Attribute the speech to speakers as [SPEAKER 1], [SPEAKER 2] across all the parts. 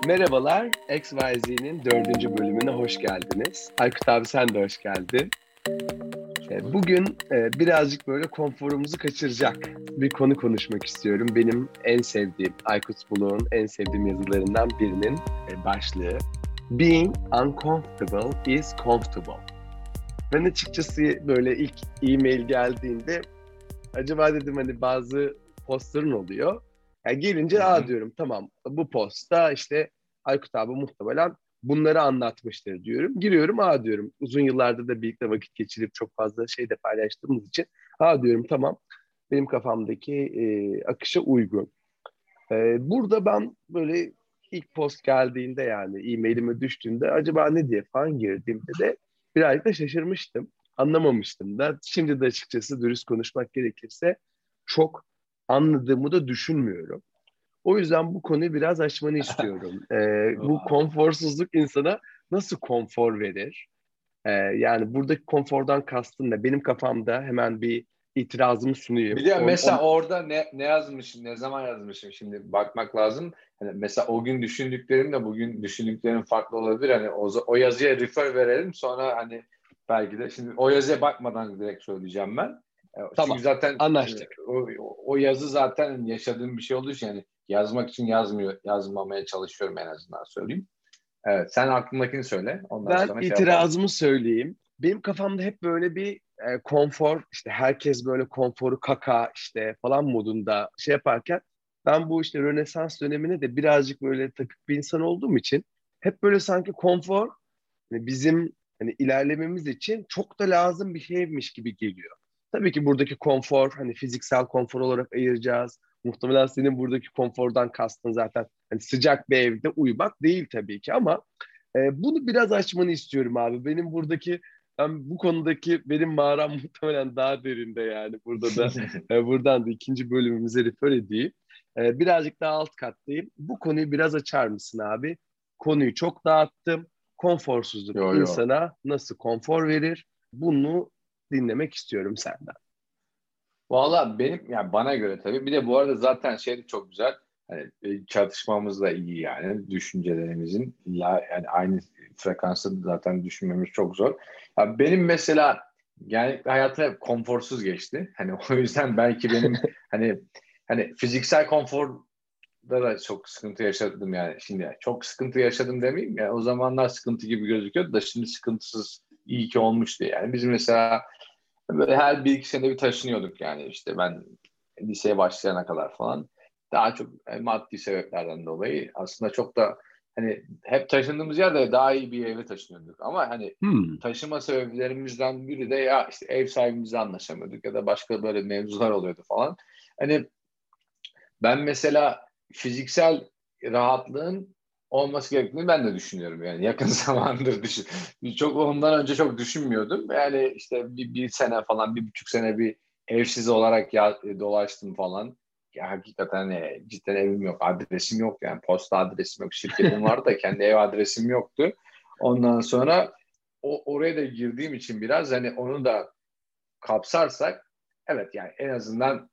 [SPEAKER 1] Merhabalar, XYZ'nin 4. bölümüne hoş geldiniz. Aykut abi sen de hoş geldin. Bugün birazcık böyle konforumuzu kaçıracak bir konu konuşmak istiyorum. Benim en sevdiğim, Aykut Bulut'un en sevdiğim yazılarından birinin başlığı. Being uncomfortable is comfortable. Ben açıkçası böyle ilk e-mail geldiğinde acaba dedim hani bazı postların oluyor. Yani gelince diyorum tamam bu postta işte Aykut abi muhtemelen bunları anlatmıştır diyorum. Giriyorum diyorum. Uzun yıllardır da birlikte vakit geçirip çok fazla şey de paylaştığımız için diyorum tamam benim kafamdaki akışa uygun. Burada ben böyle ilk post geldiğinde yani e-mailime düştüğünde acaba ne diye falan girdiğimde de birazcık da şaşırmıştım. Anlamamıştım da. Şimdi de açıkçası dürüst konuşmak gerekirse çok anladığımı da düşünmüyorum. O yüzden bu konuyu biraz açmanı istiyorum. Bu konforsuzluk insana nasıl konfor verir? Yani buradaki konfordan kastın ne? Benim kafamda hemen bir itirazımı sunayım.
[SPEAKER 2] Bir de mesela orada ne yazmışım, ne zaman yazmışım şimdi bakmak lazım. Hani mesela o gün düşündüklerimle bugün düşündüklerim farklı olabilir. Hani o yazıya refer verelim sonra hani belki de şimdi o yazıya bakmadan direkt söyleyeceğim ben.
[SPEAKER 1] Tamam,
[SPEAKER 2] Çünkü zaten
[SPEAKER 1] anlaştık.
[SPEAKER 2] o yazı zaten yaşadığım bir şey olduğu için yani yazmak için yazmamaya çalışıyorum en azından söyleyeyim. Evet, sen aklındakini söyle. Ondan
[SPEAKER 1] Ben
[SPEAKER 2] sonra şey yapalım.
[SPEAKER 1] itirazımı söyleyeyim. Benim kafamda hep böyle bir konfor, işte herkes böyle konforu kaka işte falan modunda şey yaparken ben bu işte Rönesans dönemine de birazcık böyle takık bir insan olduğum için hep böyle sanki konfor hani bizim hani ilerlememiz için çok da lazım bir şeymiş gibi geliyor. Tabii ki buradaki konfor hani fiziksel konfor olarak ayıracağız. Muhtemelen senin buradaki konfordan kastın zaten hani sıcak bir evde uyumak değil tabii ki ama bunu biraz açmanı istiyorum abi. Ben bu konudaki benim mağaram muhtemelen daha derinde yani. Buradan da 2. bölümümüze refer edeyim. Birazcık daha alt kattayım. Bu konuyu biraz açar mısın abi? Konuyu çok dağıttım. Konforsuzluk
[SPEAKER 2] Yo yo.
[SPEAKER 1] insana nasıl konfor verir? Bunu dinlemek istiyorum senden.
[SPEAKER 2] Valla benim yani bana göre tabii. Bir de bu arada zaten şey de çok güzel. Hani çatışmamız da iyi yani düşüncelerimizin yani aynı frekansta zaten düşünmemiz çok zor. Ya benim mesela yani hayatım hep konforsuz geçti. Hani o yüzden belki benim hani fiziksel konforda da çok sıkıntı yaşadım yani. Şimdi çok sıkıntı yaşadım demeyeyim ya. O zamanlar sıkıntı gibi gözüküyordu da şimdi sıkıntısız iyi ki olmuştu yani. Biz mesela böyle her bir iki sene bir taşınıyorduk yani işte ben liseye başlayana kadar falan. Daha çok maddi sebeplerden dolayı aslında çok da hani hep taşındığımız yerde daha iyi bir eve taşınıyorduk. Ama hani
[SPEAKER 1] Hmm.
[SPEAKER 2] taşıma sebeplerimizden biri de ya işte ev sahibimizle anlaşamıyorduk ya da başka böyle mevzular oluyordu falan. Hani ben mesela fiziksel rahatlığın olması gerektiğini ben de düşünüyorum yani yakın zamandır çok ondan önce çok düşünmüyordum yani işte bir sene falan 1,5 sene bir evsiz olarak dolaştım falan ya hakikaten cidden evim yok adresim yok yani posta adresim yok şirketim vardı da kendi ev adresim yoktu ondan sonra oraya da girdiğim için biraz hani onu da kapsarsak evet yani en azından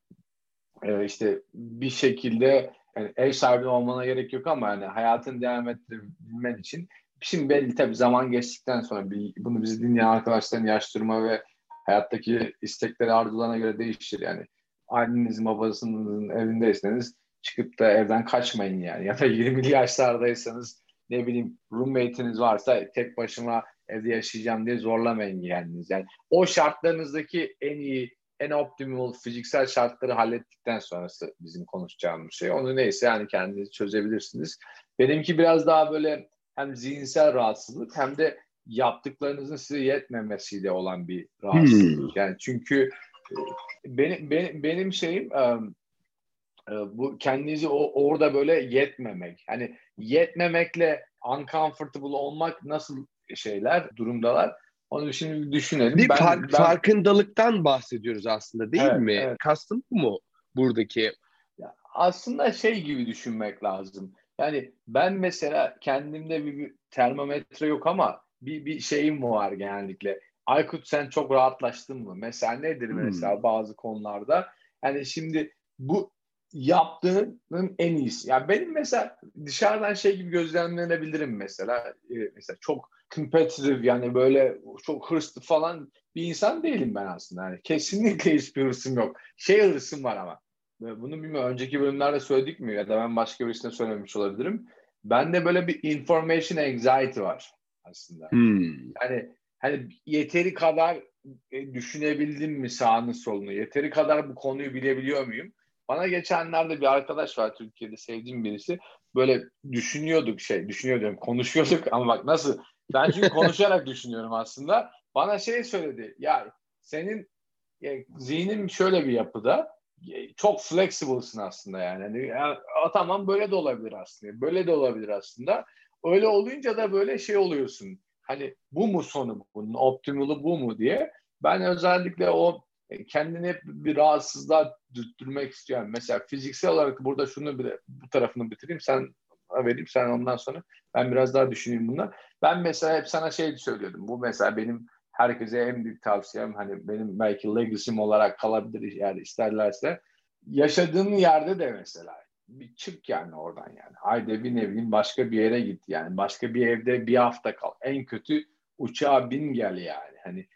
[SPEAKER 2] işte bir şekilde yani ev sahibi olmana gerek yok ama yani hayatını devam ettirebilmen için şimdi belli tabii zaman geçtikten sonra bunu bizi dinleyen arkadaşların yaş durumu ve hayattaki istekleri arzularına göre değişir yani annenizin babasının evindeyseniz çıkıp da evden kaçmayın yani ya da 20'li yaşlardaysanız ne bileyim roommate'iniz varsa tek başıma evde yaşayacağım diye zorlamayın kendiniz yani o şartlarınızdaki en optimal fiziksel şartları hallettikten sonrası bizim konuşacağımız şey. Onu neyse yani kendiniz çözebilirsiniz. Benimki biraz daha böyle hem zihinsel rahatsızlık hem de yaptıklarınızın size yetmemesiyle olan bir
[SPEAKER 1] Hmm.
[SPEAKER 2] rahatsızlık. Yani çünkü benim şeyim bu kendinizi orada böyle yetmemek. Hani yetmemekle uncomfortable olmak nasıl durumdalar. Onu şimdi düşünelim. Ben
[SPEAKER 1] Farkındalıktan bahsediyoruz aslında değil
[SPEAKER 2] evet,
[SPEAKER 1] mi?
[SPEAKER 2] evet.
[SPEAKER 1] Kastın bu mu buradaki?
[SPEAKER 2] Ya aslında şey gibi düşünmek lazım. Yani ben mesela kendimde bir termometre yok ama bir şeyim var genellikle. Aykut sen çok rahatlaştın mı? Mesela nedir
[SPEAKER 1] Hmm.
[SPEAKER 2] mesela bazı konularda? Yani şimdi bu yaptığının en iyisi. Yani benim mesela dışarıdan şey gibi gözlemlenebilirim mesela. Mesela çok competitive, yani böyle çok hırslı falan bir insan değilim ben aslında. Yani kesinlikle hiçbir hırsım yok. Hırsım var ama. Bunu bilmiyorum. Önceki bölümlerde söyledik mi ya da ben başka birisine söylemiş olabilirim. Bende böyle bir information anxiety var aslında. Yani hani yeteri kadar düşünebildim mi sağını solunu? Yeteri kadar bu konuyu bilebiliyor muyum? Bana geçenlerde bir arkadaş var, Türkiye'de sevdiğim birisi. Böyle düşünüyordum, konuşuyorduk ama bak nasıl. Ben çünkü konuşarak düşünüyorum aslında. Bana söyledi. Ya senin zihnin şöyle bir yapıda, çok flexible'sın aslında yani. Tamam, böyle de olabilir aslında. Böyle de olabilir aslında. Öyle olunca da böyle oluyorsun. Hani bu mu sonu, bunun optimalı bu mu diye. Ben özellikle o kendini hep bir rahatsızlığa dürtmek istiyorum. Mesela fiziksel olarak burada bu tarafını bitireyim, sen vereyim, sen ondan sonra ben biraz daha düşüneyim bunlar. Ben mesela hep sana söylüyordum. Bu mesela benim herkese en büyük tavsiyem, hani benim belki legacy'm olarak kalabilir yani, isterlerse. Yaşadığın yerde de mesela bir çık yani oradan yani. Haydi bir ne bileyim başka bir yere git yani. Başka bir evde bir hafta kal. En kötü uçağa bin gel yani. Hani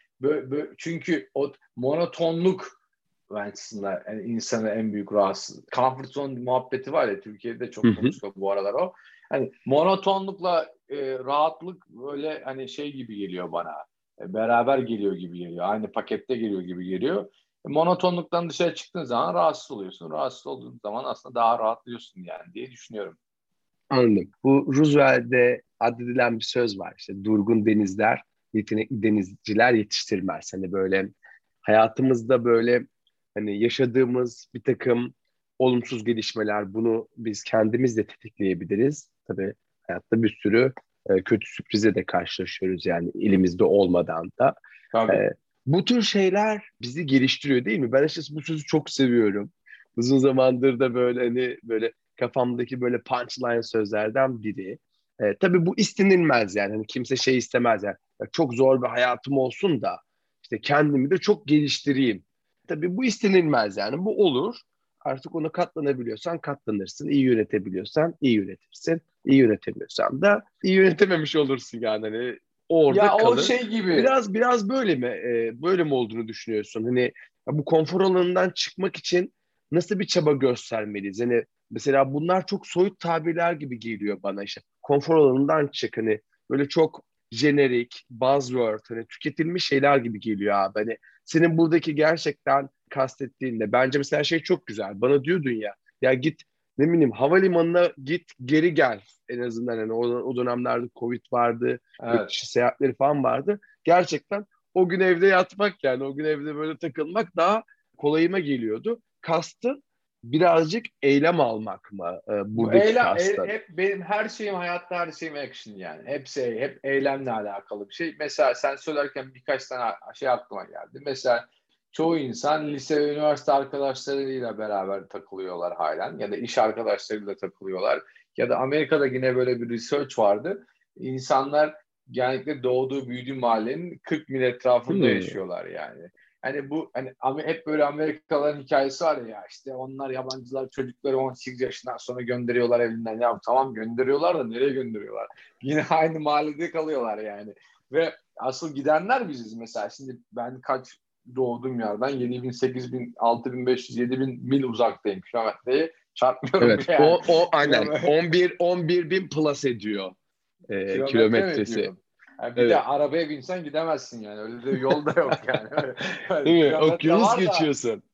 [SPEAKER 2] çünkü o monotonluk aslında yani insanı en büyük rahatsız. Comfort zone muhabbeti var ya, Türkiye'de çok konuşuluyor bu aralar o. Hani monotonlukla rahatlık böyle hani gibi geliyor bana. Beraber geliyor gibi geliyor. Aynı pakette geliyor gibi geliyor. Monotonluktan dışarı çıktığın zaman rahatsız oluyorsun. Rahatsız olduğun zaman aslında daha rahatlıyorsun yani diye düşünüyorum.
[SPEAKER 1] Anladım. Bu Roosevelt'de addedilen bir söz var. İşte durgun denizler, yetenekli denizciler yetiştirmez. Hani böyle hayatımızda böyle hani yaşadığımız bir takım olumsuz gelişmeler, bunu biz kendimiz de tetikleyebiliriz. Tabii hayatta bir sürü kötü sürprize de karşılaşıyoruz yani elimizde olmadan da.
[SPEAKER 2] Tabii.
[SPEAKER 1] E, Bu tür şeyler bizi geliştiriyor değil mi? Ben açıkçası bu sözü çok seviyorum. Uzun zamandır da böyle hani böyle kafamdaki böyle punchline sözlerden biri. Tabii bu istenilmez yani. Hani kimse istemez yani. Ya çok zor bir hayatım olsun da işte kendimi de çok geliştireyim. Tabii bu istenilmez yani. Bu olur. Artık ona katlanabiliyorsan katlanırsın. İyi yönetebiliyorsan iyi yönetirsin. İyi yönetemiyorsan da iyi yönetememiş olursun yani. Hani orada
[SPEAKER 2] Ya o
[SPEAKER 1] kalır.
[SPEAKER 2] gibi.
[SPEAKER 1] Biraz böyle mi? Böyle mi olduğunu düşünüyorsun? Hani ya bu konfor alanından çıkmak için nasıl bir çaba göstermeliyiz? Hani mesela bunlar çok soyut tabirler gibi geliyor bana işte. Konfor alanından çık, hani böyle çok jenerik, buzzword, hani tüketilmiş şeyler gibi geliyor abi. Hani senin buradaki gerçekten kastettiğinde bence mesela çok güzel. Bana diyordun ya git ne bileyim havalimanına git geri gel, en azından hani o dönemlerde Covid vardı, yurt
[SPEAKER 2] Evet.
[SPEAKER 1] dışı seyahatleri falan vardı. Gerçekten o gün evde yatmak, yani o gün evde böyle takılmak daha kolayıma geliyordu. Kastın birazcık eylem almak mı
[SPEAKER 2] Bu
[SPEAKER 1] buradaki kastın?
[SPEAKER 2] hep benim hayatta her şeyim action yani. Hep eylemle alakalı bir şey. Mesela sen söylerken birkaç tane aklıma geldi. Mesela çoğu insan lise ve üniversite arkadaşlarıyla beraber takılıyorlar halen, ya da iş arkadaşlarıyla takılıyorlar. Ya da Amerika'da yine böyle bir research vardı. İnsanlar genellikle doğduğu büyüdüğü mahallenin 40 mil etrafında
[SPEAKER 1] Hmm.
[SPEAKER 2] yaşıyorlar yani. Hani bu hani hep böyle Amerikalıların hikayesi var ya, işte onlar yabancılar çocukları 18 yaşından sonra gönderiyorlar evinden. Ya tamam, gönderiyorlar da nereye gönderiyorlar? Yine aynı mahallede kalıyorlar yani. Ve asıl gidenler biziz mesela. Şimdi ben doğduğum yerden 7.000, 8.000, 6.500, 7.000 mil uzaktayım, kilometreyi çarpmıyorum
[SPEAKER 1] Evet.
[SPEAKER 2] bile yani.
[SPEAKER 1] O aynen
[SPEAKER 2] Kilometre,
[SPEAKER 1] 11 bin plus ediyor
[SPEAKER 2] kilometre mi
[SPEAKER 1] kilometresi.
[SPEAKER 2] diyorum? Yani bir de
[SPEAKER 1] Evet.
[SPEAKER 2] arabaya binsen gidemezsin yani. Öyle de yol da yok yani. Öyle
[SPEAKER 1] Değil mi?
[SPEAKER 2] kilometre
[SPEAKER 1] Okyanus
[SPEAKER 2] var da
[SPEAKER 1] geçiyorsun.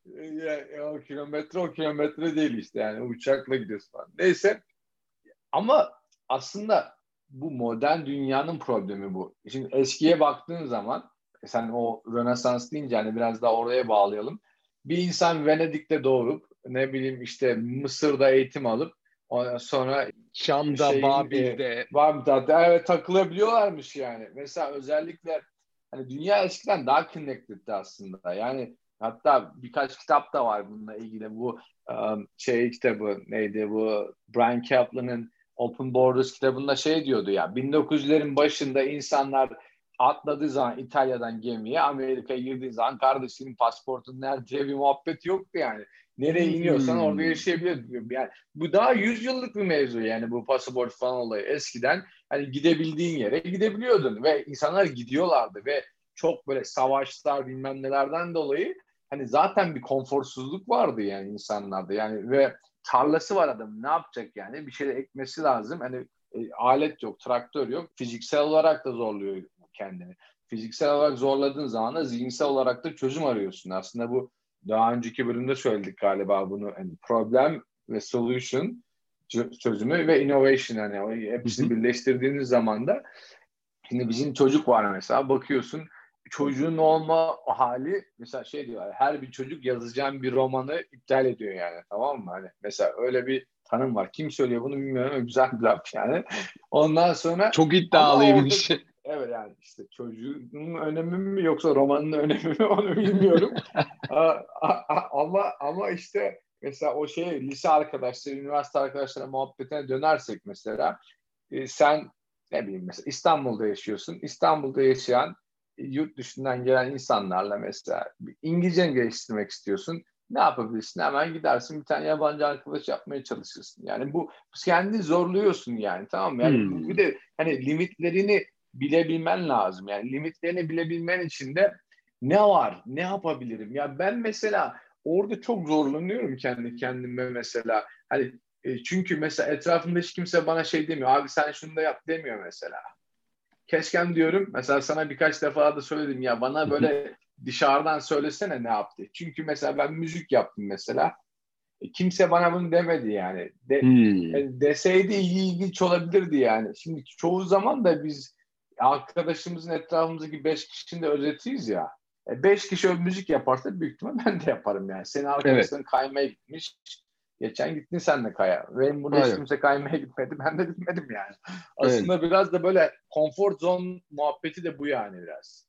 [SPEAKER 2] o kilometre değil işte yani, uçakla gidiyorsun falan. Neyse, ama aslında bu modern dünyanın problemi bu. Şimdi eskiye baktığın zaman, sen o Rönesans deyince hani biraz daha oraya bağlayalım. Bir insan Venedik'te doğurup ne bileyim işte Mısır'da eğitim alıp ondan sonra
[SPEAKER 1] Şam'da,
[SPEAKER 2] şeyin
[SPEAKER 1] Babil'de.
[SPEAKER 2] var mı da evet, takılabiliyorlarmış yani. Mesela özellikle hani dünya eskiden daha connected'ti aslında. Yani hatta birkaç kitap da var bununla ilgili. Bu kitabı neydi, bu Brian Kaplan'ın Open Borders kitabında diyordu ya, 1900'lerin başında insanlar atladığı zaman İtalya'dan gemiye, Amerika'ya girdiği zaman kardeşinin pasportun nerede diye bir muhabbet yoktu yani. Nereye iniyorsan orada yaşayabiliyorsun. Yani bu daha 100 yıllık bir mevzu yani bu pasaport falan olayı. Eskiden hani gidebildiğin yere gidebiliyordun ve insanlar gidiyorlardı ve çok böyle savaşlar bilmem nelerden dolayı hani zaten bir konforsuzluk vardı yani insanlarda. Yani ve tarlası var adamın, ne yapacak yani? Bir şeyler ekmesi lazım. Hani alet yok, traktör yok. Fiziksel olarak da zorluyor kendini. Fiziksel olarak zorladığın zaman da zihinsel olarak da çözüm arıyorsun. Aslında bu daha önceki bölümde söyledik galiba bunu. Yani problem ve solution çözümü ve innovation, hani hepsini birleştirdiğiniz zaman da şimdi bizim çocuk var mesela, bakıyorsun çocuğun olma hali mesela şey diyor, her bir çocuk yazacağım bir romanı iptal ediyor yani, tamam mı? Hani mesela öyle bir tanım var. Kim söylüyor bunu bilmiyorum ama güzel bir laf yani. Ondan sonra
[SPEAKER 1] Çok
[SPEAKER 2] ama orada
[SPEAKER 1] iddialıymış.
[SPEAKER 2] evet yani işte çocuğun önemi mi yoksa romanın önemi mi onu bilmiyorum. Ama işte mesela o şey lise arkadaşları, üniversite arkadaşlara muhabbetine dönersek mesela sen ne bileyim mesela İstanbul'da yaşıyorsun. İstanbul'da yaşayan yurt dışından gelen insanlarla mesela İngilizceni geliştirmek istiyorsun. Ne yapabilirsin? Hemen gidersin bir tane yabancı arkadaş yapmaya çalışırsın. Yani bu kendini zorluyorsun yani, tamam mı? Yani bu bir de hani limitlerini bilebilmen lazım. Yani limitlerini bilebilmen için de ne var? Ne yapabilirim? Ya ben mesela orada çok zorlanıyorum kendi kendime mesela. Hani çünkü mesela etrafımda hiç kimse bana şey demiyor. Abi sen şunu da yap demiyor mesela. Keşkem diyorum. Mesela sana birkaç defa da söyledim ya, bana böyle dışarıdan söylesene ne yaptı. Çünkü mesela ben müzik yaptım mesela. Kimse bana bunu demedi yani. Deseydi ilginç olabilirdi yani. Şimdi çoğu zaman da biz arkadaşımızın etrafımızdaki 5 kişinin de özetiyiz ya. 5 kişi müzik yaparsa büyük ihtimal ben de yaparım yani. Senin
[SPEAKER 1] Evet.
[SPEAKER 2] arkadaşların kaymaya gitmiş. Geçen gittin sen de kaya. Benim burada hiç
[SPEAKER 1] Aynen.
[SPEAKER 2] kimse kaymaya gitmedi. Ben de gitmedim yani.
[SPEAKER 1] Aynen.
[SPEAKER 2] Aslında biraz da böyle comfort zone muhabbeti de bu yani biraz.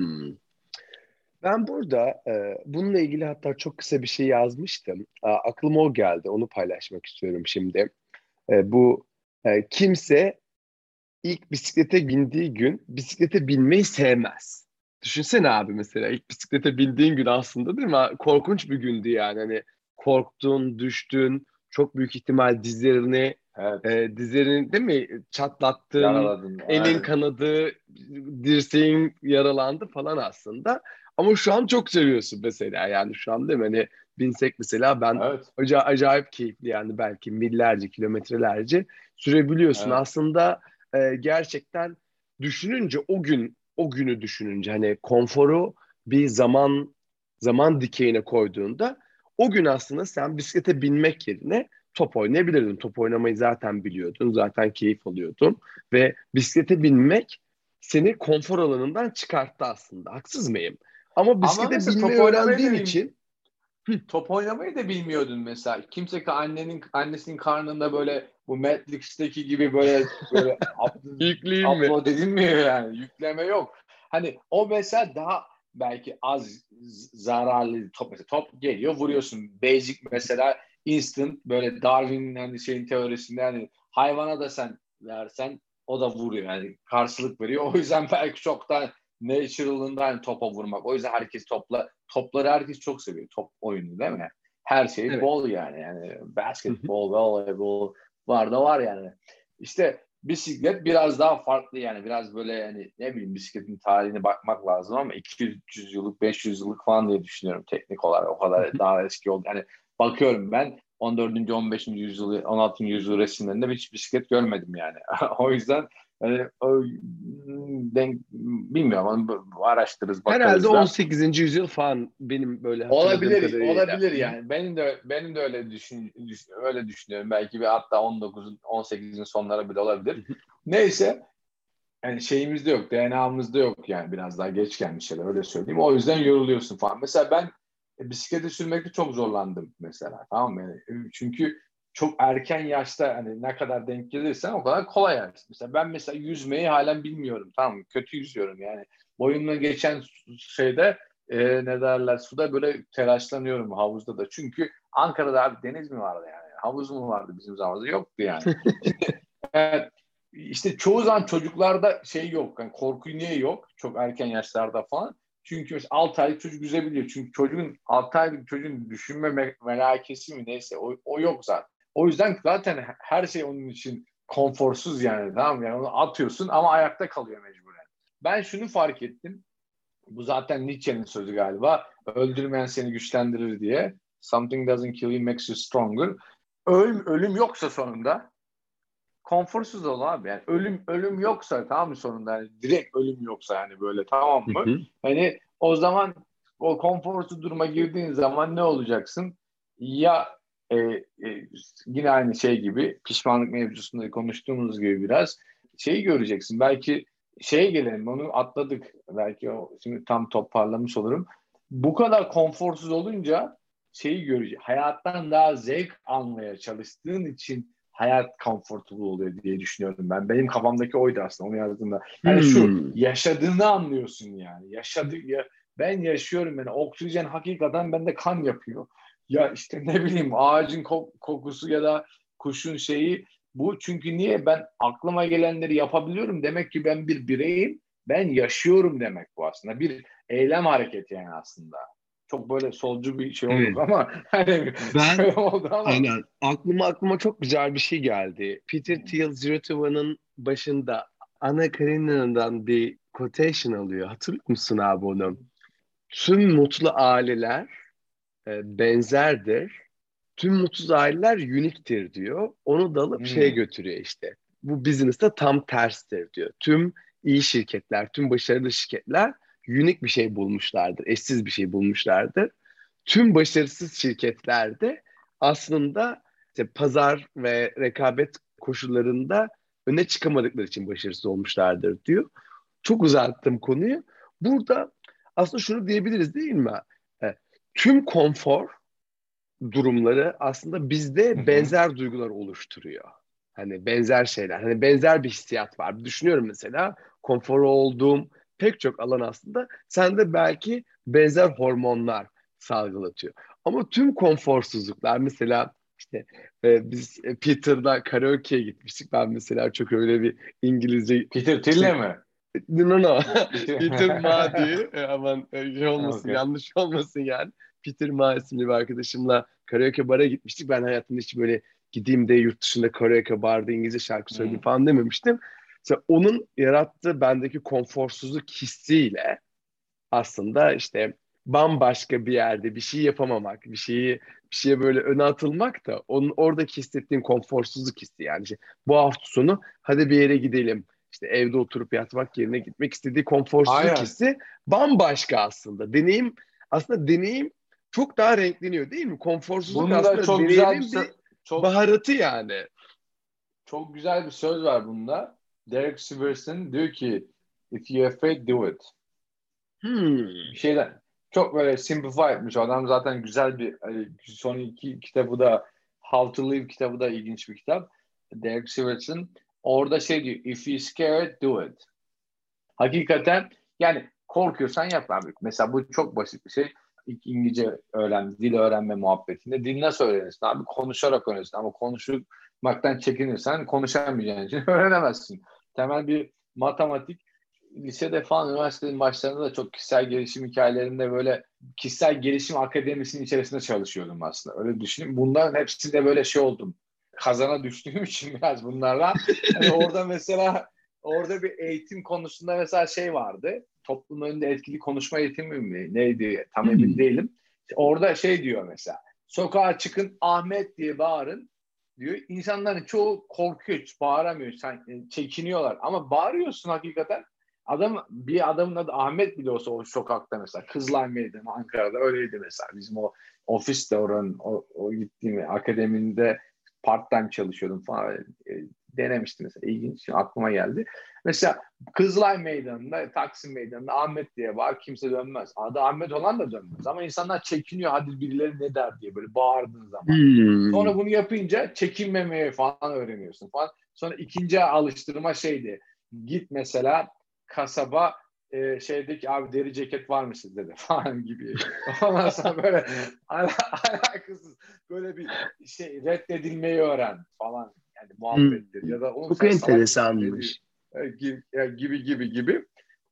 [SPEAKER 1] Ben burada bununla ilgili hatta çok kısa bir şey yazmıştım. Aklıma o geldi. Onu paylaşmak istiyorum şimdi. Bu kimse ilk bisiklete bindiği gün bisiklete binmeyi sevmez. Düşünsene abi, mesela ilk bisiklete bindiğin gün aslında, değil mi? Korkunç bir gündü yani. Hani korktun, düştün, çok büyük ihtimal
[SPEAKER 2] Evet.
[SPEAKER 1] dizlerini değil mi çatlattın,
[SPEAKER 2] Yaraladın.
[SPEAKER 1] elin
[SPEAKER 2] Aynen.
[SPEAKER 1] kanadı, dirseğin yaralandı falan aslında. Ama şu an çok seviyorsun mesela, yani şu an değil mi? Hani binsek mesela, ben
[SPEAKER 2] Evet.
[SPEAKER 1] acayip keyifli yani, belki millerce kilometrelerce sürebiliyorsun.
[SPEAKER 2] Evet.
[SPEAKER 1] Aslında gerçekten düşününce, o günü düşününce, hani konforu bir zaman dikeyine koyduğunda, o gün aslında sen bisiklete binmek yerine top oynayabilirdin. Top oynamayı zaten biliyordun, zaten keyif alıyordun ve bisiklete binmek seni konfor alanından çıkarttı aslında. Haksız mıyım? Ama
[SPEAKER 2] Ama
[SPEAKER 1] bisiklete
[SPEAKER 2] mesela
[SPEAKER 1] binmeyi öğrendiğin için
[SPEAKER 2] top oynamayı da bilmiyordun mesela. Kimse ki annesinin karnında böyle bu Matrix'teki gibi böyle
[SPEAKER 1] yükleyeyim mi?
[SPEAKER 2] upload edilmiyor yani. Yükleme yok. Hani o mesela daha belki az zararlı top, mesela top geliyor vuruyorsun. Basic mesela instant, böyle Darwin'in hani şeyin teorisinde yani hayvana da sen versen o da vuruyor yani, karşılık veriyor. O yüzden belki çok da natural'ından yani topa vurmak. O yüzden herkes topları herkes çok seviyor. Top oyunu değil mi? Her şey
[SPEAKER 1] Evet.
[SPEAKER 2] bol yani. Yani basketbol, voleybol var da var yani. İşte bisiklet biraz daha farklı yani. Biraz böyle yani ne bileyim, bisikletin tarihine bakmak lazım ama 200 yıllık, 500 yıllık falan diye düşünüyorum teknik olarak. O kadar daha eski oldu. Yani bakıyorum ben 14. 15. yüzyıl, 16. yüzyıl resimlerinde hiç bisiklet görmedim yani. O yüzden yani, bilmiyorum, onu araştırırız
[SPEAKER 1] Herhalde
[SPEAKER 2] bakarız da.
[SPEAKER 1] 18. yüzyıl falan, benim böyle hatırladığım
[SPEAKER 2] Olabilir,
[SPEAKER 1] kadarıyla.
[SPEAKER 2] olabilir yani. Benim de öyle öyle düşünüyorum. Belki bir hatta 19'un 18'in sonları bile olabilir. Neyse, yani şeyimizde yok, DNA'mızda yok yani, biraz daha geç gelmiş şeyler, öyle söyleyeyim. O yüzden yoruluyorsun falan. Mesela ben bisiklete sürmekte çok zorlandım mesela, tamam mı? Yani, çünkü çok erken yaşta hani ne kadar denk gelirsen o kadar kolay yani. Mesela yüzmeyi halen bilmiyorum, tamam mı? Kötü yüzüyorum yani. Boyumla geçen şeyde ne derler, suda böyle telaşlanıyorum, havuzda da. Çünkü Ankara'da abi deniz mi vardı yani? Havuz mu vardı bizim zamanımızda? Yoktu yani. Şimdi e, işte çoğu zaman çocuklarda şey yok. Yani korku niye yok? Çok erken yaşlarda falan. Çünkü mesela 6 aylık çocuk yüzebiliyor. Çünkü 6 aylık çocuğun düşünme melekesi mi neyse o yok zaten. O yüzden zaten her şey onun için konforsuz yani, tamam mı? Yani onu atıyorsun ama ayakta kalıyor mecburen. Ben şunu fark ettim. Bu zaten Nietzsche'nin sözü galiba. Öldürmeyen seni güçlendirir diye. Something doesn't kill you makes you stronger. Ölüm yoksa sonunda konforsuz ol abi. Yani ölüm yoksa, tamam mı, sonunda yani direkt ölüm yoksa, yani böyle, tamam
[SPEAKER 1] Hı
[SPEAKER 2] mı?
[SPEAKER 1] hı.
[SPEAKER 2] Hani o zaman o konforsuz duruma girdiğin zaman ne olacaksın? Ya yine aynı şey gibi, pişmanlık mevzusunda konuştuğumuz gibi biraz şeyi göreceksin. Belki şeye gelelim, onu atladık. Belki şimdi tam toparlamış olurum. Bu kadar konforsuz olunca şeyi görecek. Hayattan daha zevk almaya çalıştığın için hayat comfortable oluyor diye düşünüyorum ben. Benim kafamdaki oydu aslında onu yazdığımda. Yani şu
[SPEAKER 1] Hmm.
[SPEAKER 2] yaşadığını anlıyorsun yani. Ben yaşıyorum yani. Oksijen hakikaten bende kan yapıyor. Ya işte ne bileyim, ağacın kokusu ya da kuşun şeyi bu. Çünkü niye? Ben aklıma gelenleri yapabiliyorum. Demek ki ben bir bireyim. Ben yaşıyorum demek bu aslında. Bir eylem hareketi yani aslında. Çok böyle solcu bir şey olduk
[SPEAKER 1] Evet.
[SPEAKER 2] ama hani
[SPEAKER 1] Ben
[SPEAKER 2] şöyle oldu ama.
[SPEAKER 1] aynen aklıma çok güzel bir şey geldi. Peter Thiel Zero to One'ın başında Anna Karenina'dan bir quotation alıyor. Hatırlıyor musun abi onu? Tüm mutlu aileler benzerdir. Tüm mutsuz aileler uniktir diyor. Onu da alıp şeye
[SPEAKER 2] Hmm.
[SPEAKER 1] götürüyor işte. Bu business'ta tam terstir diyor. Tüm iyi şirketler, tüm başarılı şirketler unik bir şey bulmuşlardır. Eşsiz bir şey bulmuşlardır. Tüm başarısız şirketlerde aslında işte pazar ve rekabet koşullarında öne çıkamadıkları için başarısız olmuşlardır diyor. Çok uzattım konuyu. Burada aslında şunu diyebiliriz değil mi? E, Tüm konfor durumları aslında
[SPEAKER 2] Hı
[SPEAKER 1] bizde
[SPEAKER 2] hı.
[SPEAKER 1] benzer duygular oluşturuyor. Hani benzer şeyler, hani benzer bir hissiyat var. Düşünüyorum mesela konfor olduğum pek çok alan aslında sende belki benzer hormonlar salgılatıyor. Ama tüm konforsuzluklar mesela işte biz Peter'da karaoke'ye gitmiştik. Ben mesela çok öyle bir İngilizce
[SPEAKER 2] Peter
[SPEAKER 1] işte
[SPEAKER 2] Thiel'le mi?
[SPEAKER 1] no no
[SPEAKER 2] Peter.
[SPEAKER 1] Peter Ma diye aman şey olmasın
[SPEAKER 2] Okay.
[SPEAKER 1] yanlış olmasın yani Peter Ma isimli bir arkadaşımla karaoke bara gitmiştik. Ben hayatımda hiç böyle gideyim de yurt dışında karaoke barda İngilizce şarkı söyleyeyim
[SPEAKER 2] Hmm.
[SPEAKER 1] falan dememiştim. Mesela onun yarattığı bendeki konforsuzluk hissiyle aslında işte bambaşka bir yerde bir şey yapamamak, bir şeye böyle öne atılmak da onun oradaki hissettiğin konforsuzluk hissi yani. İşte bu hafta sonu hadi bir yere gidelim. İşte evde oturup yatmak yerine gitmek istediği konforsuzluk
[SPEAKER 2] Aynen.
[SPEAKER 1] hissi bambaşka aslında. Deneyim çok daha renkleniyor değil mi? Konforsuzluk
[SPEAKER 2] Bunda
[SPEAKER 1] aslında
[SPEAKER 2] çok güzel bir
[SPEAKER 1] deneyimin bir
[SPEAKER 2] çok
[SPEAKER 1] baharatı yani.
[SPEAKER 2] çok güzel bir söz var bunda. Derek Sivers diyor ki, if you're afraid, do it. Bir
[SPEAKER 1] Hmm.
[SPEAKER 2] şeyden çok böyle simplify etmiş. Adam zaten güzel bir son iki kitabı da, How to Live kitabı da ilginç bir kitap. Derek Sivers'ın orada şey diyor, if you're scared, do it. Hakikaten yani korkuyorsan yap abi. Mesela bu çok basit bir şey. İlk İngilizce dil öğrenme muhabbetinde. Dil nasıl öğrenirsin abi? Konuşarak öğrenirsin. Ama konuşmaktan çekinirsen konuşamayacağın için öğrenemezsin. Temel bir matematik. Lisede falan, üniversitenin başlarında da çok kişisel gelişim hikayelerinde böyle kişisel gelişim akademisinin içerisinde çalışıyordum aslında. Öyle düşünün. Bunların hepsinde böyle şey oldum. Kazana düştüğüm için biraz bunlarla. Hani orada mesela orada bir eğitim konusunda mesela şey vardı. Toplum önünde etkili konuşma eğitimi mi neydi tam emin
[SPEAKER 1] Hmm.
[SPEAKER 2] değilim. Orada şey diyor mesela. Sokağa çıkın, Ahmet diye bağırın diyor. İnsanların çoğu korkuyor, bağıramıyor, çekiniyorlar. Ama bağırıyorsun hakikaten. Bir adamın adı Ahmet bile olsa o sokakta, mesela Kızılay Meydanı Ankara'da öyleydi mesela. Bizim o ofiste, oranın o gittiğim akademinde part-time çalışıyordum falan. Denemiştim mesela. İlginç. Şimdi aklıma geldi. Mesela Kızılay Meydanı'nda, Taksim Meydanı'nda Ahmet diye var. Kimse dönmez. Adı Ahmet olan da dönmez. Ama insanlar çekiniyor. Hadi birileri ne der diye böyle bağırdığın zaman. Sonra
[SPEAKER 1] Hmm.
[SPEAKER 2] bunu yapınca çekinmemeye falan öğreniyorsun falan. Sonra ikinci alıştırma şeydi. Git mesela kasaba, şeydeki abi deri ceket var mı sizde de falan gibi. Ondan sonra böyle alakasız böyle bir şey, reddedilmeyi öğren falan. Yani
[SPEAKER 1] Hmm.
[SPEAKER 2] muhabbettir. Ya da oğlum
[SPEAKER 1] Çok
[SPEAKER 2] sen salak mısın? Ne diyor?
[SPEAKER 1] enteresanmış.
[SPEAKER 2] Gibi gibi gibi.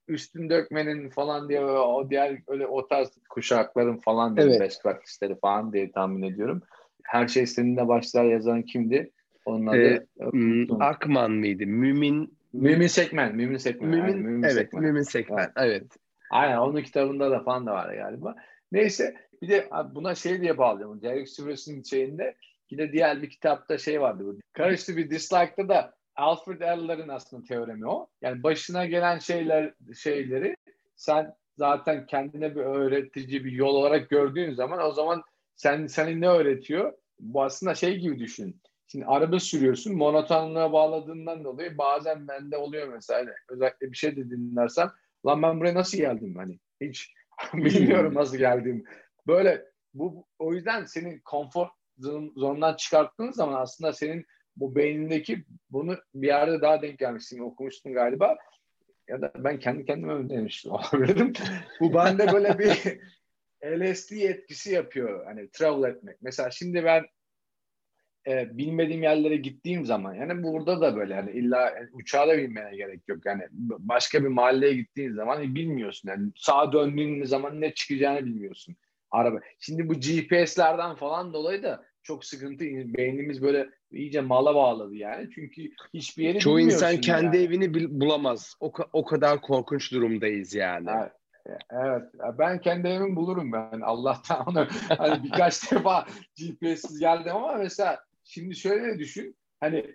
[SPEAKER 2] üstün dökmenin falan diye o diğer öyle o tarz kuşakların falan böyle
[SPEAKER 1] Evet.
[SPEAKER 2] best practice'leri falan diye tahmin ediyorum. Her şey seninle başlar yazan kimdi? Onun adı unuttum.
[SPEAKER 1] Akman mıydı?
[SPEAKER 2] Mümin Sekmen. Aynen, Mümin
[SPEAKER 1] Evet,
[SPEAKER 2] Sekmen.
[SPEAKER 1] Mümin
[SPEAKER 2] Evet.
[SPEAKER 1] Sekmen. Evet.
[SPEAKER 2] Aynen, onun kitabında da falan da var galiba. Neyse, bir de buna şey diye bağlıyorum. Derek Sivers'in şeyinde yine diğer bir kitapta şey vardı. Bu. Courage to be Disliked'da da Alfred Adler'in aslında teoremi o. Yani başına gelen şeyleri sen zaten kendine bir öğretici bir yol olarak gördüğün zaman o zaman seni ne öğretiyor? Bu aslında şey gibi düşün. Şimdi araba sürüyorsun, monotonluğa bağladığından dolayı bazen bende oluyor mesela. Özellikle bir şey de dinlersem, lan ben buraya nasıl geldim hani? Hiç bilmiyorum nasıl geldiğimi. Böyle o yüzden senin konfor zonundan çıkarttığın zaman aslında senin bu beynindeki bunu bir yerde daha denk gelmişsin, okumuştun galiba. Ya da ben kendi kendime mi demiştim olabilirim. Bu bende böyle bir LSD etkisi yapıyor. Hani travel etmek. Mesela şimdi ben bilmediğim yerlere gittiğim zaman yani burada da böyle yani illa uçağa da binmene gerek yok. Yani başka bir mahalleye gittiğin zaman bilmiyorsun. Yani sağa döndüğün zaman ne çıkacağını bilmiyorsun. Araba. Şimdi bu GPS'lerden falan dolayı da çok sıkıntı. Beynimiz böyle iyice mala bağladı yani. Çünkü hiçbir yeri
[SPEAKER 1] Çoğu insan
[SPEAKER 2] bilmiyorsun
[SPEAKER 1] kendi
[SPEAKER 2] yani.
[SPEAKER 1] evini bulamaz. O kadar korkunç durumdayız yani.
[SPEAKER 2] Evet, ben kendi evimi bulurum ben. Allah'tan onu hani birkaç defa GPS'siz geldim ama mesela şimdi şöyle düşün. Hani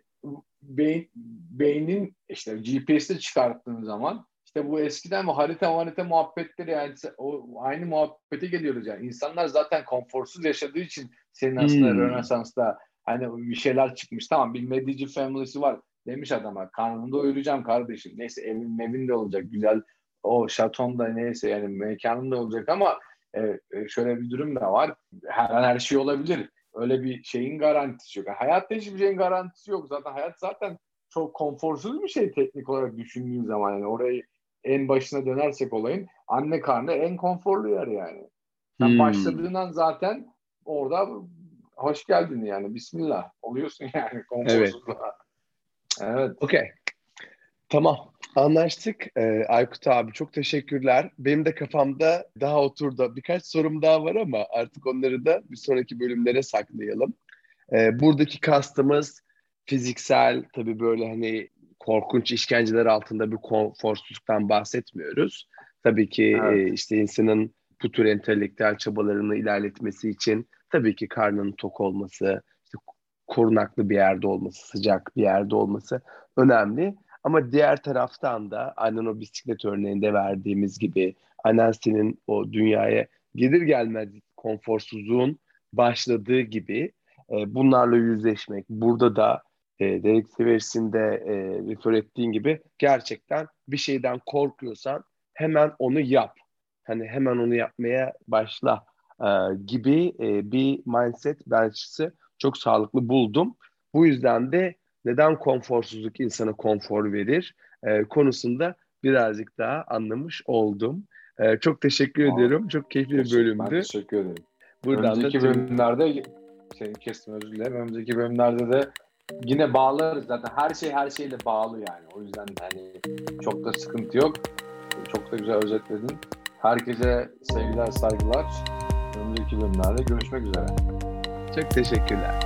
[SPEAKER 2] beynin işte GPS'te çıkarttığın zaman işte bu eskiden bu harita muhabbetleri yani o aynı muhabbete geliyoruz yani. İnsanlar zaten konforsuz yaşadığı için senin aslında
[SPEAKER 1] Hmm.
[SPEAKER 2] Rönesans'ta hani bir şeyler çıkmış. Tamam, bir Medici family'si var demiş adama. Karnını doyuracağım kardeşim. Neyse evin de olacak. Güzel o şatonda neyse yani mekanın da olacak ama şöyle bir durum da var. Her şey olabilir. Öyle bir şeyin garantisi yok. Hayatta hiçbir şeyin garantisi yok. Hayat zaten çok konforsuz bir şey teknik olarak düşündüğün zaman. Yani orayı en başına dönersek olayın anne karnı en konforlu yer yani. Sen
[SPEAKER 1] Hmm.
[SPEAKER 2] başladığından zaten orada hoş geldin yani. Bismillah. Oluyorsun yani
[SPEAKER 1] Evet.
[SPEAKER 2] konforsuzluğa. Evet.
[SPEAKER 1] Okey. Tamam. Anlaştık. Aykut abi çok teşekkürler. Benim de kafamda daha oturdu. Birkaç sorum daha var ama artık onları da bir sonraki bölümlere saklayalım. Buradaki kastımız fiziksel, tabii böyle hani korkunç işkenceler altında bir konforsuzluktan bahsetmiyoruz. Tabii ki
[SPEAKER 2] Evet.
[SPEAKER 1] işte insanın bu tür entelektüel çabalarını ilerletmesi için tabii ki karnının tok olması, işte korunaklı bir yerde olması, sıcak bir yerde olması önemli. Ama diğer taraftan da aynen o bisiklet örneğinde verdiğimiz gibi Anansi'nin o dünyaya gelir gelmez konforsuzluğun başladığı gibi bunlarla yüzleşmek. Burada da Derek Sivers'in de refer ettiğin gibi gerçekten bir şeyden korkuyorsan hemen onu yap. Hani hemen onu yapmaya başla gibi bir mindset ben açıkçası çok sağlıklı buldum. Bu yüzden de neden konforsuzluk insana konfor verir konusunda birazcık daha anlamış oldum. Çok teşekkür ediyorum. Çok keyifli bir
[SPEAKER 2] Ben
[SPEAKER 1] bölümdü.
[SPEAKER 2] teşekkür ederim.
[SPEAKER 1] Buradan da
[SPEAKER 2] Önümüzdeki
[SPEAKER 1] tüm
[SPEAKER 2] bölümlerde seni kestim, özür dilerim. Önümüzdeki bölümlerde de yine bağlarız zaten. Her şeyle bağlı yani. O yüzden hani çok da sıkıntı yok. Çok da güzel özetledin. Herkese sevgiler, saygılar. Önümüzdeki bölümlerde görüşmek üzere.
[SPEAKER 1] çok teşekkürler.